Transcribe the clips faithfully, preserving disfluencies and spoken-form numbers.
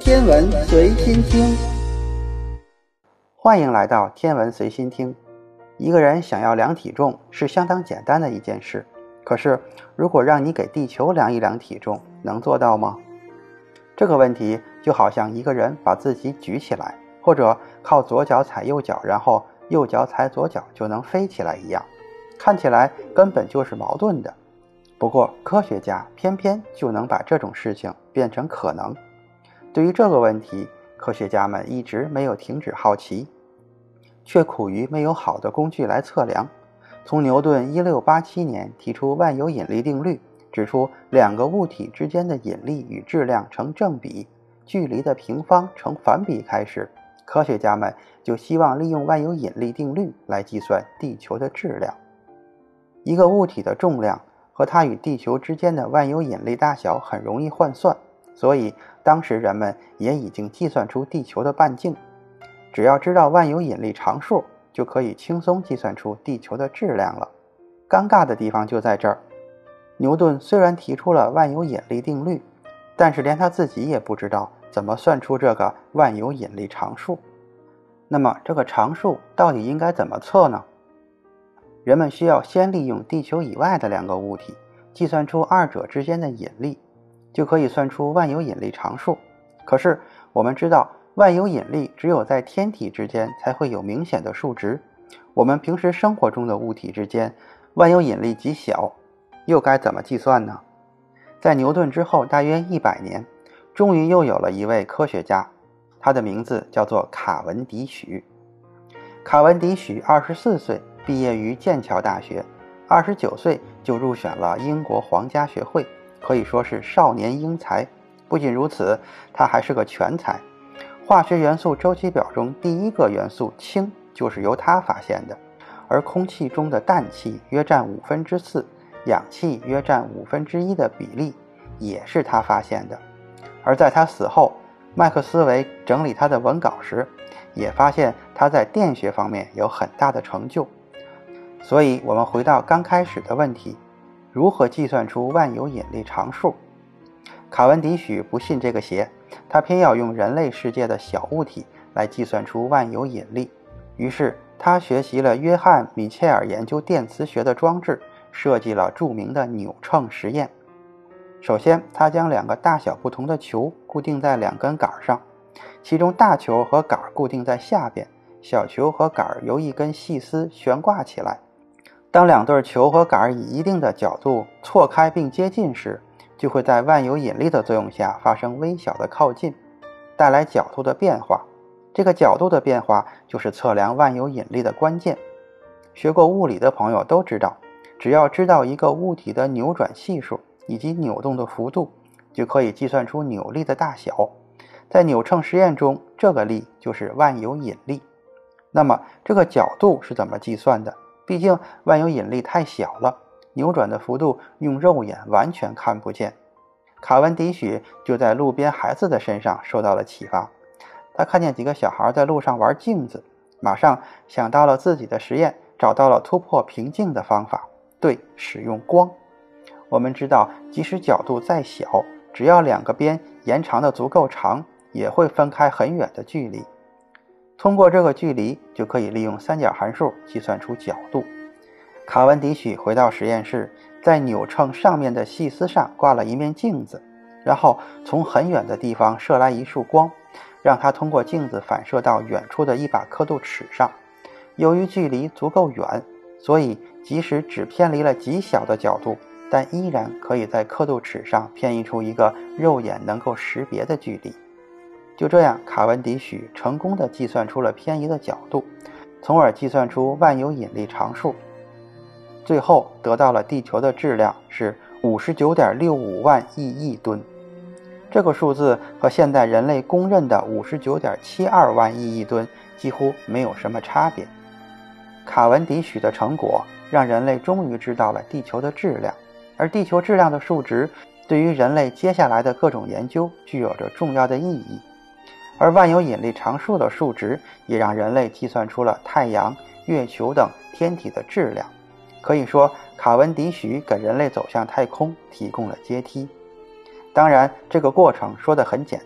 天文随心听， 欢迎来到天文随心听。一个人想要量体重是相当简单的一件事，可是如果让你给地球量一量体重，能做到吗？这个问题就好像一个人把自己举起来，或者靠左脚踩右脚，然后右脚踩左脚就能飞起来一样，看起来根本就是矛盾的。不过科学家偏偏就能把这种事情变成可能。对于这个问题，科学家们一直没有停止好奇，却苦于没有好的工具来测量。从牛顿一六八七年提出万有引力定律，指出两个物体之间的引力与质量成正比，距离的平方成反比开始，科学家们就希望利用万有引力定律来计算地球的质量。一个物体的重量和它与地球之间的万有引力大小很容易换算，所以当时人们也已经计算出地球的半径。只要知道万有引力常数，就可以轻松计算出地球的质量了。尴尬的地方就在这儿，牛顿虽然提出了万有引力定律，但是连他自己也不知道怎么算出这个万有引力常数。那么这个常数到底应该怎么测呢？人们需要先利用地球以外的两个物体，计算出二者之间的引力，就可以算出万有引力常数。可是我们知道，万有引力只有在天体之间才会有明显的数值，我们平时生活中的物体之间，万有引力极小，又该怎么计算呢？在牛顿之后大约一百年，终于又有了一位科学家，他的名字叫做卡文迪许。卡文迪许二十四岁毕业于剑桥大学，二十九岁就入选了英国皇家学会，可以说是少年英才。不仅如此，他还是个全才。化学元素周期表中第一个元素氢就是由他发现的，而空气中的氮气约占五分之四，氧气约占五分之一的比例也是他发现的。而在他死后，麦克斯韦整理他的文稿时，也发现他在电学方面有很大的成就。所以我们回到刚开始的问题，如何计算出万有引力常数？卡文迪许不信这个邪，他偏要用人类世界的小物体来计算出万有引力。于是他学习了约翰·米切尔研究电磁学的装置，设计了著名的扭秤实验。首先，他将两个大小不同的球固定在两根杆上，其中大球和杆固定在下边，小球和杆由一根细丝悬挂起来。当两对球和杆以一定的角度错开并接近时，就会在万有引力的作用下发生微小的靠近，带来角度的变化。这个角度的变化就是测量万有引力的关键。学过物理的朋友都知道，只要知道一个物体的扭转系数以及扭动的幅度，就可以计算出扭力的大小。在扭秤实验中，这个力就是万有引力。那么这个角度是怎么计算的？毕竟万有引力太小了，扭转的幅度用肉眼完全看不见。卡文迪许就在路边孩子的身上受到了启发。他看见几个小孩在路上玩镜子，马上想到了自己的实验，找到了突破瓶颈的方法。对，使用光。我们知道，即使角度再小，只要两个边延长的足够长，也会分开很远的距离。通过这个距离，就可以利用三角函数计算出角度。卡文迪许回到实验室，在扭秤上面的细丝上挂了一面镜子，然后从很远的地方射来一束光，让它通过镜子反射到远处的一把刻度尺上。由于距离足够远，所以即使只偏离了极小的角度，但依然可以在刻度尺上偏移出一个肉眼能够识别的距离。就这样，卡文迪许成功地计算出了偏移的角度，从而计算出万有引力常数。最后得到了地球的质量是 五十九点六五万亿亿吨。这个数字和现代人类公认的 五十九点七二万亿亿吨几乎没有什么差别。卡文迪许的成果让人类终于知道了地球的质量，而地球质量的数值对于人类接下来的各种研究具有着重要的意义。而万有引力常数的数值也让人类计算出了太阳、月球等天体的质量。可以说，卡文迪许给人类走向太空提供了阶梯。当然，这个过程说得很简单，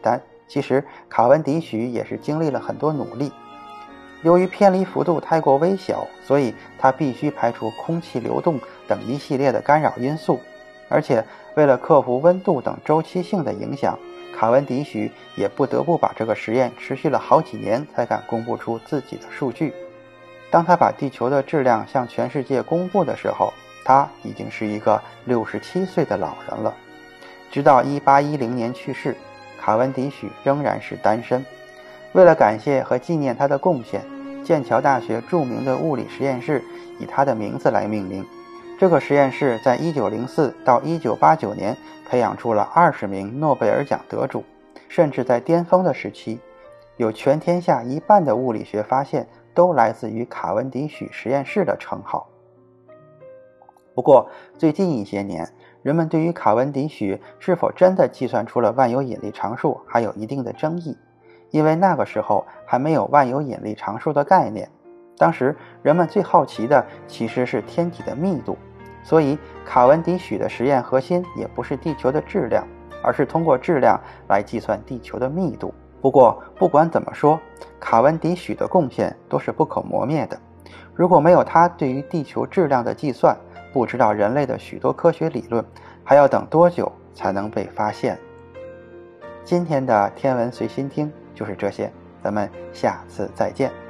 其实卡文迪许也是经历了很多努力。由于偏离幅度太过微小，所以他必须排除空气流动等一系列的干扰因素，而且为了克服温度等周期性的影响，卡文迪许也不得不把这个实验持续了好几年才敢公布出自己的数据。当他把地球的质量向全世界公布的时候，他已经是一个六十七岁的老人了。直到一八一零年去世，卡文迪许仍然是单身。为了感谢和纪念他的贡献，剑桥大学著名的物理实验室以他的名字来命名。这个实验室在一九零四到一九八九年培养出了二十名诺贝尔奖得主，甚至在巅峰的时期，有全天下一半的物理学发现都来自于卡文迪许实验室的称号。不过最近一些年，人们对于卡文迪许是否真的计算出了万有引力常数还有一定的争议，因为那个时候还没有万有引力常数的概念。当时人们最好奇的其实是天体的密度，所以卡文迪许的实验核心也不是地球的质量，而是通过质量来计算地球的密度。不过不管怎么说，卡文迪许的贡献都是不可磨灭的。如果没有他对于地球质量的计算，不知道人类的许多科学理论还要等多久才能被发现。今天的天文随心听就是这些，咱们下次再见。